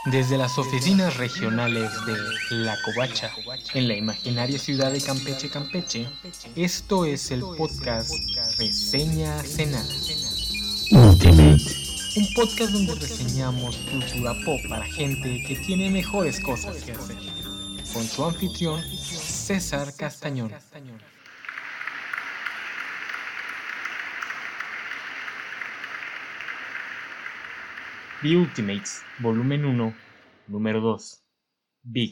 Desde las oficinas regionales de La Covacha, en la imaginaria ciudad de Campeche, esto es el podcast Reseña Cenada. Ultimate. Un podcast donde reseñamos cultura pop para gente que tiene mejores cosas que hacer. Con su anfitrión, César Castañón. The Ultimates, volumen 1, número 2, Big.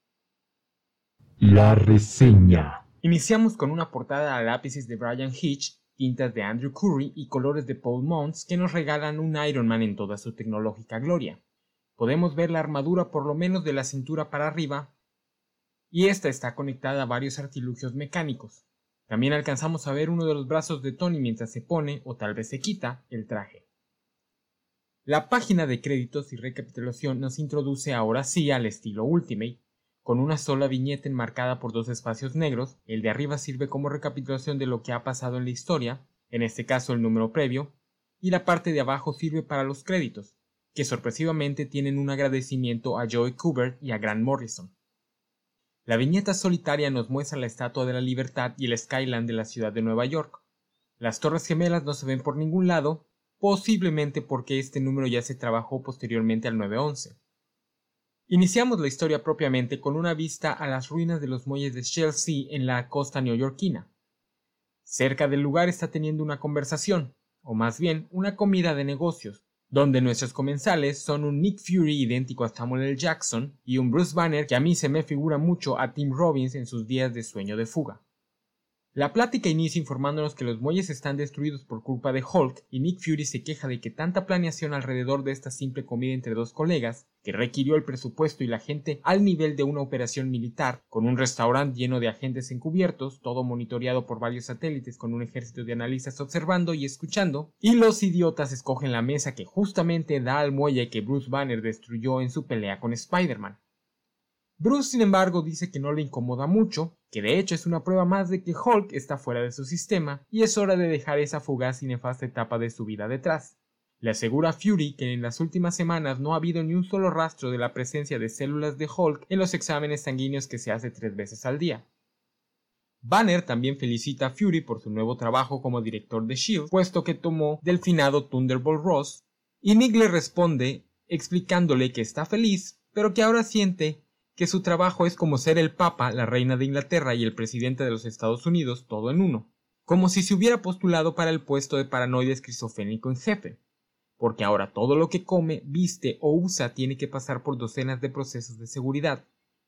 La reseña. Iniciamos con una portada a lápices de Brian Hitch, tintas de Andrew Curry y colores de Paul Mounts que nos regalan un Iron Man en toda su tecnológica gloria. Podemos ver la armadura por lo menos de la cintura para arriba, y esta está conectada a varios artilugios mecánicos. También alcanzamos a ver uno de los brazos de Tony mientras se pone, o tal vez se quita, el traje. La página de créditos y recapitulación nos introduce ahora sí al estilo Ultimate, con una sola viñeta enmarcada por dos espacios negros. El de arriba sirve como recapitulación de lo que ha pasado en la historia, en este caso el número previo, y la parte de abajo sirve para los créditos, que sorpresivamente tienen un agradecimiento a Joey Kubert y a Grant Morrison. La viñeta solitaria nos muestra la Estatua de la Libertad y el skyline de la ciudad de Nueva York. Las Torres Gemelas no se ven por ningún lado, posiblemente porque este número ya se trabajó posteriormente al 9/11. Iniciamos la historia propiamente con una vista a las ruinas de los muelles de Chelsea en la costa neoyorquina. Cerca del lugar está teniendo una conversación, o más bien una comida de negocios, donde nuestros comensales son un Nick Fury idéntico a Samuel L. Jackson y un Bruce Banner que a mí se me figura mucho a Tim Robbins en sus días de sueño de fuga. La plática inicia informándonos que los muelles están destruidos por culpa de Hulk y Nick Fury se queja de que tanta planeación alrededor de esta simple comida entre dos colegas, que requirió el presupuesto y la gente al nivel de una operación militar, con un restaurante lleno de agentes encubiertos, todo monitoreado por varios satélites con un ejército de analistas observando y escuchando, y los idiotas escogen la mesa que justamente da al muelle que Bruce Banner destruyó en su pelea con Spider-Man. Bruce, sin embargo, dice que no le incomoda mucho, que de hecho es una prueba más de que Hulk está fuera de su sistema y es hora de dejar esa fugaz y nefasta etapa de su vida detrás. Le asegura a Fury que en las últimas semanas no ha habido ni un solo rastro de la presencia de células de Hulk en los exámenes sanguíneos que se hace 3 veces al día. Banner también felicita a Fury por su nuevo trabajo como director de S.H.I.E.L.D., puesto que tomó del finado Thunderbolt Ross, y Nick le responde explicándole que está feliz, pero que ahora siente que su trabajo es como ser el Papa, la Reina de Inglaterra y el Presidente de los Estados Unidos, todo en uno, como si se hubiera postulado para el puesto de paranoide esquizofrénico en jefe, porque ahora todo lo que come, viste o usa tiene que pasar por docenas de procesos de seguridad,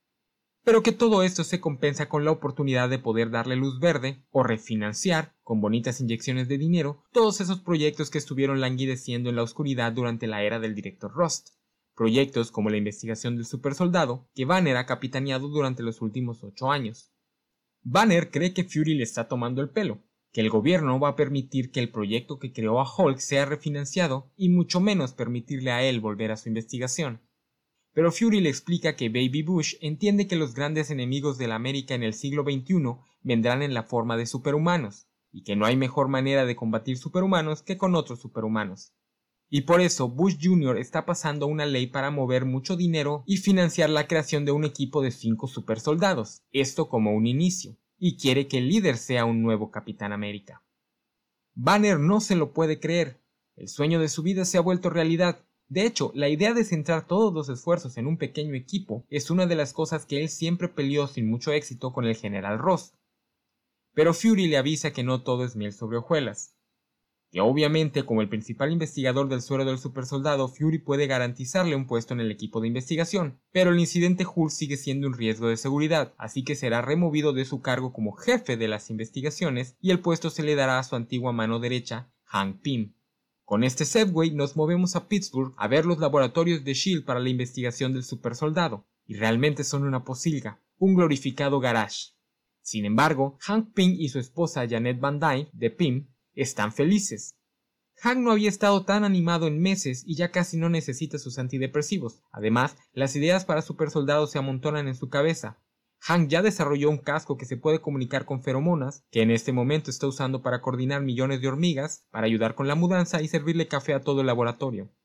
pero que todo esto se compensa con la oportunidad de poder darle luz verde o refinanciar, con bonitas inyecciones de dinero, todos esos proyectos que estuvieron languideciendo en la oscuridad durante la era del director Rust. Proyectos como la investigación del supersoldado que Banner ha capitaneado durante los últimos 8 años. Banner cree que Fury le está tomando el pelo, que el gobierno va a permitir que el proyecto que creó a Hulk sea refinanciado y mucho menos permitirle a él volver a su investigación. Pero Fury le explica que Baby Bush entiende que los grandes enemigos de la América en el siglo XXI vendrán en la forma de superhumanos, y que no hay mejor manera de combatir superhumanos que con otros superhumanos. Y por eso Bush Jr. está pasando una ley para mover mucho dinero y financiar la creación de un equipo de 5 supersoldados, esto como un inicio, y quiere que el líder sea un nuevo Capitán América. Banner no se lo puede creer, el sueño de su vida se ha vuelto realidad. De hecho, la idea de centrar todos los esfuerzos en un pequeño equipo es una de las cosas que él siempre peleó sin mucho éxito con el general Ross. Pero Fury le avisa que no todo es miel sobre hojuelas. Que obviamente, como el principal investigador del suero del supersoldado, Fury puede garantizarle un puesto en el equipo de investigación, pero el incidente Hulk sigue siendo un riesgo de seguridad, así que será removido de su cargo como jefe de las investigaciones y el puesto se le dará a su antigua mano derecha, Hank Pym. Con este segue nos movemos a Pittsburgh a ver los laboratorios de S.H.I.E.L.D. para la investigación del supersoldado, y realmente son una posilga, un glorificado garage. Sin embargo, Hank Pym y su esposa Janet Van Dyne, de Pym, están felices. Hank no había estado tan animado en meses y ya casi no necesita sus antidepresivos. Además, las ideas para supersoldados se amontonan en su cabeza. Hank ya desarrolló un casco que se puede comunicar con feromonas, que en este momento está usando para coordinar millones de hormigas, para ayudar con la mudanza y servirle café a todo el laboratorio.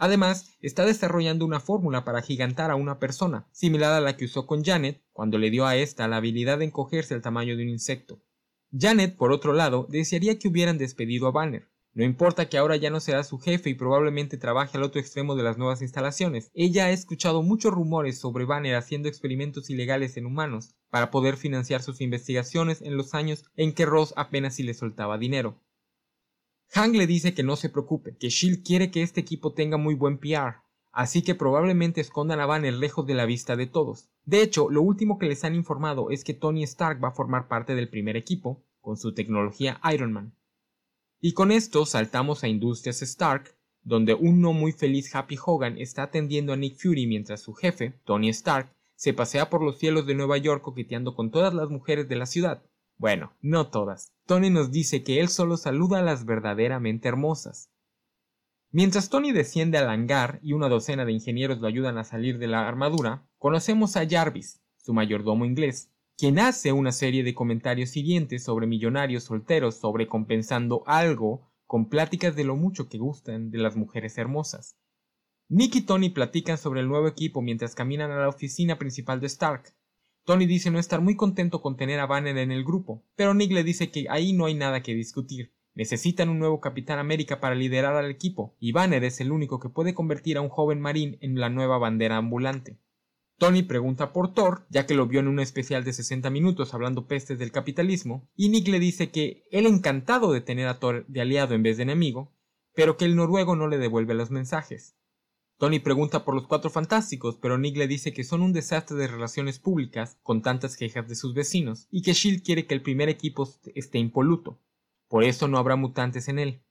Además, está desarrollando una fórmula para agigantar a una persona, similar a la que usó con Janet cuando le dio a esta la habilidad de encogerse al tamaño de un insecto. Janet, por otro lado, desearía que hubieran despedido a Banner. No importa que ahora ya no será su jefe y probablemente trabaje al otro extremo de las nuevas instalaciones. Ella ha escuchado muchos rumores sobre Banner haciendo experimentos ilegales en humanos para poder financiar sus investigaciones en los años en que Ross apenas si le soltaba dinero. Hank le dice que no se preocupe, que S.H.I.E.L.D. quiere que este equipo tenga muy buen PR, así que probablemente escondan a Banner lejos de la vista de todos. De hecho, lo último que les han informado es que Tony Stark va a formar parte del primer equipo, con su tecnología Iron Man. Y con esto saltamos a Industrias Stark, donde un no muy feliz Happy Hogan está atendiendo a Nick Fury mientras su jefe, Tony Stark, se pasea por los cielos de Nueva York coqueteando con todas las mujeres de la ciudad. Bueno, no todas. Tony nos dice que él solo saluda a las verdaderamente hermosas. Mientras Tony desciende al hangar y una docena de ingenieros lo ayudan a salir de la armadura, conocemos a Jarvis, su mayordomo inglés, quien hace una serie de comentarios siguientes sobre millonarios solteros sobrecompensando algo con pláticas de lo mucho que gustan de las mujeres hermosas. Nick y Tony platican sobre el nuevo equipo mientras caminan a la oficina principal de Stark. Tony dice no estar muy contento con tener a Banner en el grupo, pero Nick le dice que ahí no hay nada que discutir. Necesitan un nuevo Capitán América para liderar al equipo, y Banner es el único que puede convertir a un joven marín en la nueva bandera ambulante. Tony pregunta por Thor, ya que lo vio en un especial de 60 minutos hablando pestes del capitalismo, y Nick le dice que él encantado de tener a Thor de aliado en vez de enemigo, pero que el noruego no le devuelve los mensajes. Tony pregunta por los Cuatro Fantásticos, pero Nick le dice que son un desastre de relaciones públicas con tantas quejas de sus vecinos, y que S.H.I.E.L.D. quiere que el primer equipo esté impoluto. Por eso no habrá mutantes en él.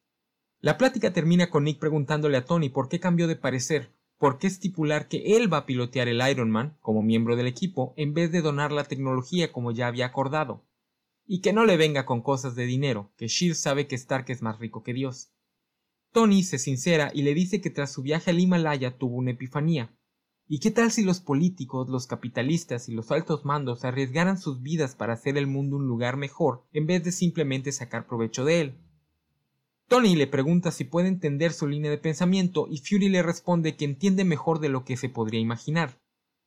La plática termina con Nick preguntándole a Tony por qué cambió de parecer, por qué estipular que él va a pilotear el Iron Man como miembro del equipo en vez de donar la tecnología como ya había acordado. Y que no le venga con cosas de dinero, que S.H.I.E.L.D. sabe que Stark es más rico que Dios. Tony se sincera y le dice que tras su viaje al Himalaya tuvo una epifanía. ¿Y qué tal si los políticos, los capitalistas y los altos mandos arriesgaran sus vidas para hacer el mundo un lugar mejor en vez de simplemente sacar provecho de él? Tony le pregunta si puede entender su línea de pensamiento y Fury le responde que entiende mejor de lo que se podría imaginar.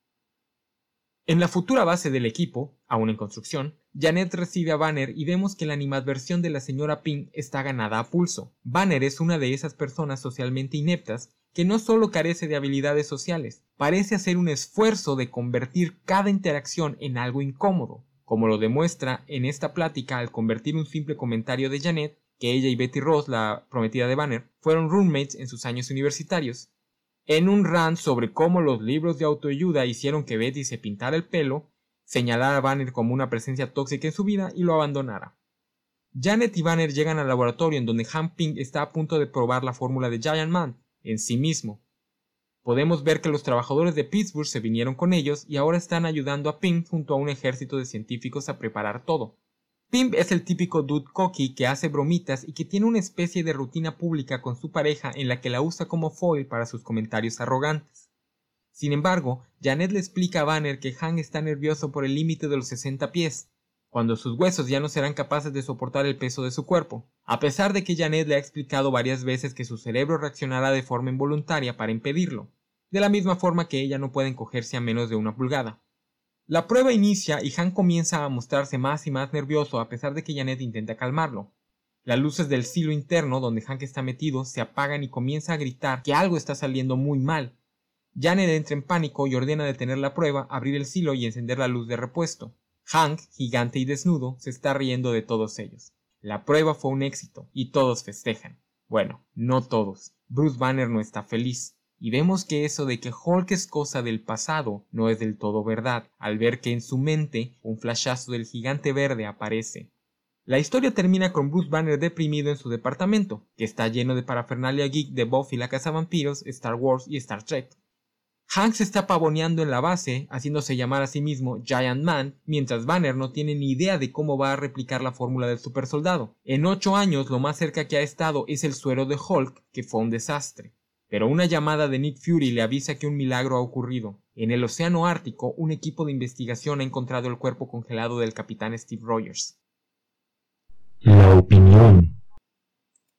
En la futura base del equipo, aún en construcción, Janet recibe a Banner y vemos que la animadversión de la señora Pym está ganada a pulso. Banner es una de esas personas socialmente ineptas que no solo carece de habilidades sociales, parece hacer un esfuerzo de convertir cada interacción en algo incómodo, como lo demuestra en esta plática al convertir un simple comentario de Janet, que ella y Betty Ross, la prometida de Banner, fueron roommates en sus años universitarios, en un rant sobre cómo los libros de autoayuda hicieron que Betty se pintara el pelo, señalara a Banner como una presencia tóxica en su vida y lo abandonara. Janet y Banner llegan al laboratorio en donde Hank Pym está a punto de probar la fórmula de Giant Man en sí mismo. Podemos ver que los trabajadores de Pittsburgh se vinieron con ellos y ahora están ayudando a Pym junto a un ejército de científicos a preparar todo. Pym es el típico dude cocky que hace bromitas y que tiene una especie de rutina pública con su pareja en la que la usa como foil para sus comentarios arrogantes. Sin embargo, Janet le explica a Banner que Hank está nervioso por el límite de los 60 pies, cuando sus huesos ya no serán capaces de soportar el peso de su cuerpo, a pesar de que Janet le ha explicado varias veces que su cerebro reaccionará de forma involuntaria para impedirlo, de la misma forma que ella no puede encogerse a menos de 1 pulgada. La prueba inicia y Hank comienza a mostrarse más y más nervioso a pesar de que Janet intenta calmarlo. Las luces del silo interno donde Hank está metido se apagan y comienza a gritar que algo está saliendo muy mal. Janet entra en pánico y ordena detener la prueba, abrir el silo y encender la luz de repuesto. Hank, gigante y desnudo, se está riendo de todos ellos. La prueba fue un éxito y todos festejan. Bueno, no todos. Bruce Banner no está feliz. Y vemos que eso de que Hulk es cosa del pasado no es del todo verdad, al ver que en su mente un flashazo del gigante verde aparece. La historia termina con Bruce Banner deprimido en su departamento, que está lleno de parafernalia geek de Buffy la cazavampiros, Star Wars y Star Trek. Hank se está pavoneando en la base, haciéndose llamar a sí mismo Giant Man, mientras Banner no tiene ni idea de cómo va a replicar la fórmula del supersoldado. En 8 años lo más cerca que ha estado es el suero de Hulk, que fue un desastre. Pero una llamada de Nick Fury le avisa que un milagro ha ocurrido. En el océano Ártico, un equipo de investigación ha encontrado el cuerpo congelado del capitán Steve Rogers. La opinión.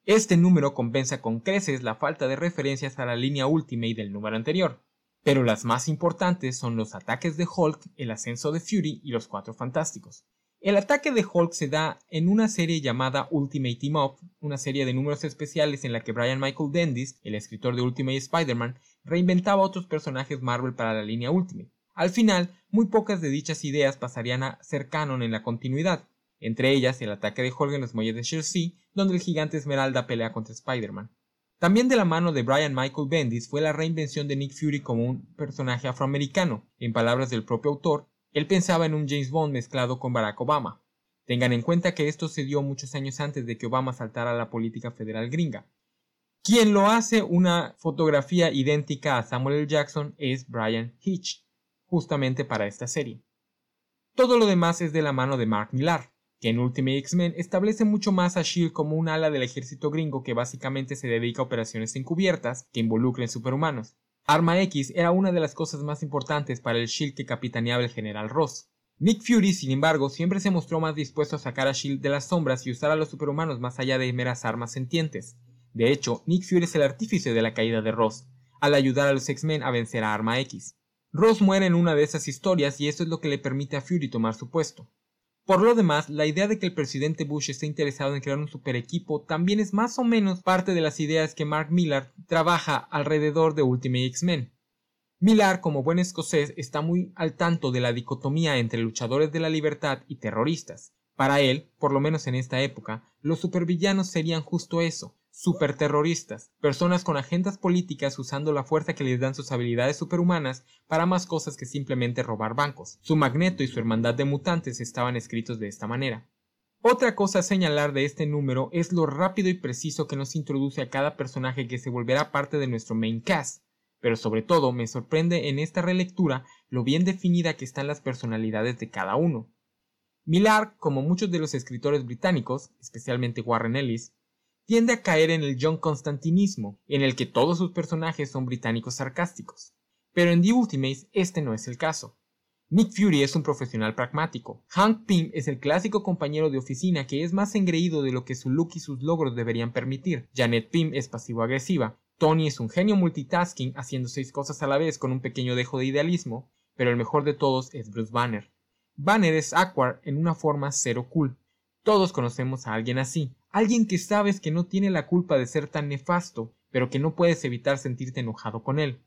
Este número compensa con creces la falta de referencias a la línea Ultimate del número anterior, pero las más importantes son los ataques de Hulk, el ascenso de Fury y los Cuatro Fantásticos. El ataque de Hulk se da en una serie llamada Ultimate Team Up, una serie de números especiales en la que Brian Michael Bendis, el escritor de Ultimate Spider-Man, reinventaba otros personajes Marvel para la línea Ultimate. Al final, muy pocas de dichas ideas pasarían a ser canon en la continuidad, entre ellas el ataque de Hulk en los muelles de Shir-See, donde el gigante Esmeralda pelea contra Spider-Man. También de la mano de Brian Michael Bendis fue la reinvención de Nick Fury como un personaje afroamericano. En palabras del propio autor, él pensaba en un James Bond mezclado con Barack Obama. Tengan en cuenta que esto se dio muchos años antes de que Obama saltara a la política federal gringa. Quien lo hace una fotografía idéntica a Samuel L. Jackson es Bryan Hitch, justamente para esta serie. Todo lo demás es de la mano de Mark Millar, que en Ultimate X-Men establece mucho más a S.H.I.E.L.D. como un ala del ejército gringo que básicamente se dedica a operaciones encubiertas que involucren superhumanos. Arma X era una de las cosas más importantes para el S.H.I.E.L.D. que capitaneaba el general Ross. Nick Fury, sin embargo, siempre se mostró más dispuesto a sacar a S.H.I.E.L.D. de las sombras y usar a los superhumanos más allá de meras armas sentientes. De hecho, Nick Fury es el artífice de la caída de Ross, al ayudar a los X-Men a vencer a Arma X. Ross muere en una de esas historias y eso es lo que le permite a Fury tomar su puesto. Por lo demás, la idea de que el presidente Bush esté interesado en crear un super equipo también es más o menos parte de las ideas que Mark Millar trabaja alrededor de Ultimate X-Men. Millar, como buen escocés, está muy al tanto de la dicotomía entre luchadores de la libertad y terroristas. Para él, por lo menos en esta época, los supervillanos serían justo eso, superterroristas, personas con agendas políticas usando la fuerza que les dan sus habilidades superhumanas para más cosas que simplemente robar bancos. Su Magneto y su hermandad de mutantes estaban escritos de esta manera. Otra cosa a señalar de este número es lo rápido y preciso que nos introduce a cada personaje que se volverá parte de nuestro main cast, pero sobre todo me sorprende en esta relectura lo bien definida que están las personalidades de cada uno. Millar, como muchos de los escritores británicos, especialmente Warren Ellis, tiende a caer en el John Constantinismo, en el que todos sus personajes son británicos sarcásticos. Pero en The Ultimates este no es el caso. Nick Fury es un profesional pragmático. Hank Pym es el clásico compañero de oficina que es más engreído de lo que su look y sus logros deberían permitir. Janet Pym es pasivo-agresiva. Tony es un genio multitasking haciendo 6 cosas a la vez con un pequeño dejo de idealismo. Pero el mejor de todos es Bruce Banner. Banner es awkward en una forma cero cool. Todos conocemos a alguien así. Alguien que sabes que no tiene la culpa de ser tan nefasto, pero que no puedes evitar sentirte enojado con él.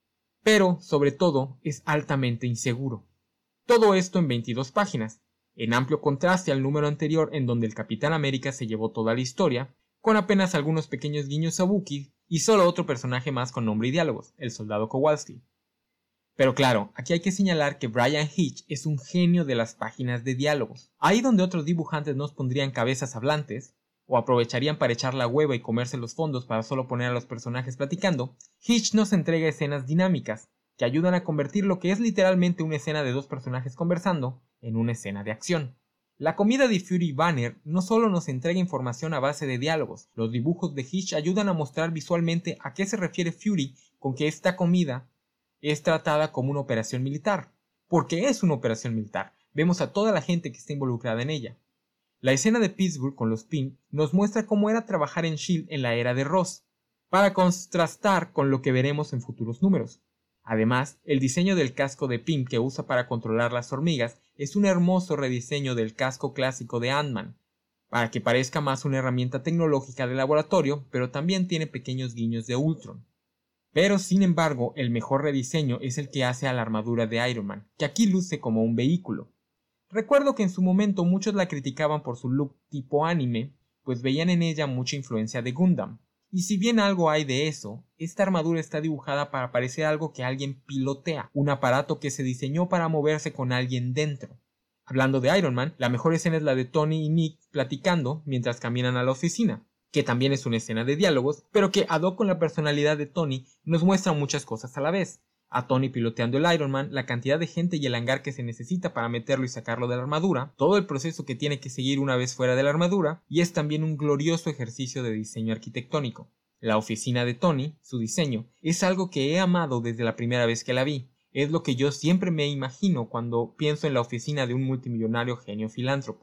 Pero, sobre todo, es altamente inseguro. Todo esto en 22 páginas, en amplio contraste al número anterior en donde el Capitán América se llevó toda la historia, con apenas algunos pequeños guiños a Bucky y solo otro personaje más con nombre y diálogos, el soldado Kowalski. Pero claro, aquí hay que señalar que Bryan Hitch es un genio de las páginas de diálogos. Ahí donde otros dibujantes nos pondrían cabezas hablantes, o aprovecharían para echar la hueva y comerse los fondos para solo poner a los personajes platicando, Hitch nos entrega escenas dinámicas, que ayudan a convertir lo que es literalmente una escena de 2 personajes conversando, en una escena de acción. La comida de Fury y Banner no solo nos entrega información a base de diálogos, los dibujos de Hitch ayudan a mostrar visualmente a qué se refiere Fury con que esta comida es tratada como una operación militar, porque es una operación militar, vemos a toda la gente que está involucrada en ella. La escena de Pittsburgh con los Pym nos muestra cómo era trabajar en S.H.I.E.L.D. en la era de Ross, para contrastar con lo que veremos en futuros números. Además, el diseño del casco de Pym que usa para controlar las hormigas es un hermoso rediseño del casco clásico de Ant-Man, para que parezca más una herramienta tecnológica de laboratorio, pero también tiene pequeños guiños de Ultron. Pero sin embargo, el mejor rediseño es el que hace a la armadura de Iron Man, que aquí luce como un vehículo. Recuerdo que en su momento muchos la criticaban por su look tipo anime, pues veían en ella mucha influencia de Gundam. Y si bien algo hay de eso, esta armadura está dibujada para parecer algo que alguien pilotea, un aparato que se diseñó para moverse con alguien dentro. Hablando de Iron Man, la mejor escena es la de Tony y Nick platicando mientras caminan a la oficina, que también es una escena de diálogos, pero que ad hoc con la personalidad de Tony nos muestra muchas cosas a la vez. A Tony piloteando el Iron Man, la cantidad de gente y el hangar que se necesita para meterlo y sacarlo de la armadura, todo el proceso que tiene que seguir una vez fuera de la armadura, y es también un glorioso ejercicio de diseño arquitectónico. La oficina de Tony, su diseño, es algo que he amado desde la primera vez que la vi. Es lo que yo siempre me imagino cuando pienso en la oficina de un multimillonario genio filántropo.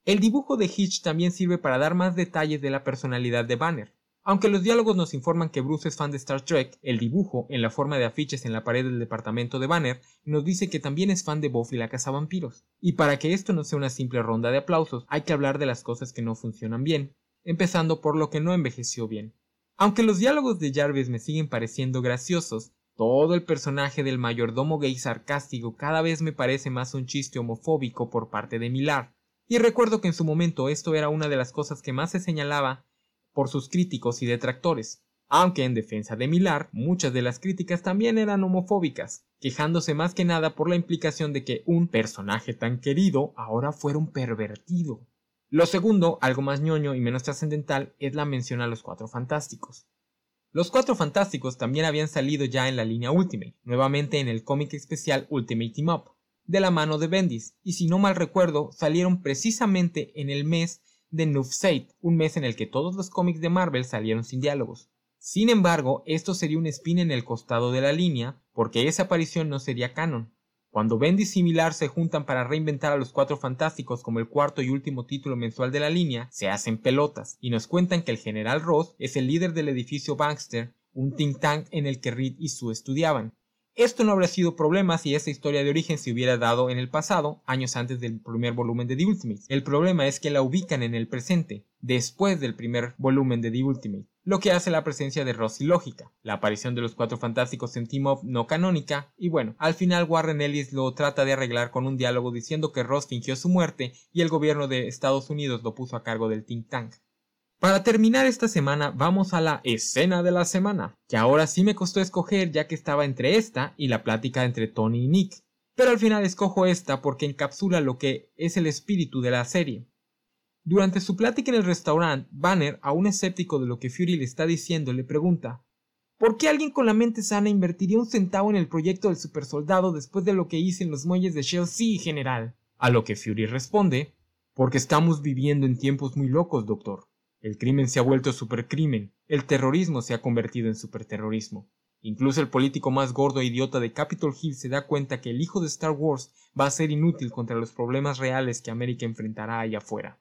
El dibujo de Hitch también sirve para dar más detalles de la personalidad de Banner. Aunque los diálogos nos informan que Bruce es fan de Star Trek, el dibujo, en la forma de afiches en la pared del departamento de Banner, nos dice que también es fan de Buffy la cazavampiros. Y para que esto no sea una simple ronda de aplausos, hay que hablar de las cosas que no funcionan bien, empezando por lo que no envejeció bien. Aunque los diálogos de Jarvis me siguen pareciendo graciosos, todo el personaje del mayordomo gay sarcástico cada vez me parece más un chiste homofóbico por parte de Millar. Y recuerdo que en su momento esto era una de las cosas que más se señalaba por sus críticos y detractores, aunque en defensa de Millar, muchas de las críticas también eran homofóbicas, quejándose más que nada por la implicación de que un personaje tan querido ahora fuera un pervertido. Lo segundo, algo más ñoño y menos trascendental, es la mención a los Cuatro Fantásticos. Los Cuatro Fantásticos también habían salido ya en la línea Ultimate, nuevamente en el cómic especial Ultimate Team Up, de la mano de Bendis, y si no mal recuerdo, salieron precisamente en el mes de Nufzeit, un mes en el que todos los cómics de Marvel salieron sin diálogos. Sin embargo, esto sería un spin en el costado de la línea, porque esa aparición no sería canon. Cuando Bendis y Millar se juntan para reinventar a los Cuatro Fantásticos como el cuarto y último título mensual de la línea, se hacen pelotas, y nos cuentan que el General Ross es el líder del edificio Baxter, un think tank en el que Reed y Sue estudiaban. Esto no habría sido problema si esa historia de origen se hubiera dado en el pasado, años antes del primer volumen de The Ultimate. El problema es que la ubican en el presente, después del primer volumen de The Ultimate, lo que hace la presencia de Ross ilógica, la aparición de los Cuatro Fantásticos en Team Up no canónica, y bueno, al final Warren Ellis lo trata de arreglar con un diálogo diciendo que Ross fingió su muerte y el gobierno de Estados Unidos lo puso a cargo del think tank. Para terminar esta semana vamos a la escena de la semana, que ahora sí me costó escoger ya que estaba entre esta y la plática entre Tony y Nick, pero al final escojo esta porque encapsula lo que es el espíritu de la serie. Durante su plática en el restaurante, Banner, aún escéptico de lo que Fury le está diciendo, le pregunta ¿por qué alguien con la mente sana invertiría un centavo en el proyecto del supersoldado después de lo que hice en los muelles de Chelsea, general? A lo que Fury responde porque estamos viviendo en tiempos muy locos, doctor. El crimen se ha vuelto supercrimen, el terrorismo se ha convertido en superterrorismo. Incluso el político más gordo e idiota de Capitol Hill se da cuenta que el hijo de Star Wars va a ser inútil contra los problemas reales que América enfrentará allá afuera.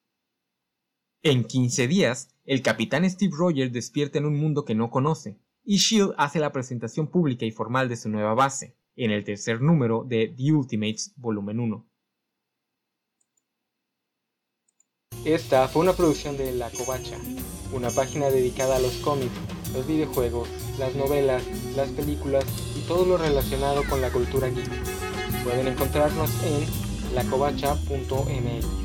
En 15 días, el capitán Steve Rogers despierta en un mundo que no conoce, y S.H.I.E.L.D. hace la presentación pública y formal de su nueva base, en el tercer número de The Ultimates Volumen 1. Esta fue una producción de La Covacha, una página dedicada a los cómics, los videojuegos, las novelas, las películas y todo lo relacionado con la cultura geek. Pueden encontrarnos en lacovacha.mx.